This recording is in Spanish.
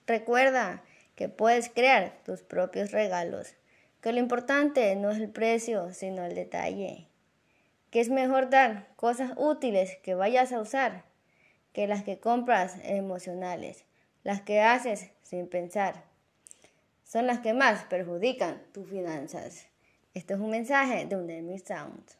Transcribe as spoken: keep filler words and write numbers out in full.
Recuerda que puedes crear tus propios regalos, que lo importante no es el precio, sino el detalle, que es mejor dar cosas útiles que vayas a usar que las que compras emocionales, las que haces sin pensar. Son las que más perjudican tus finanzas. Este es un mensaje de Unemi Sound.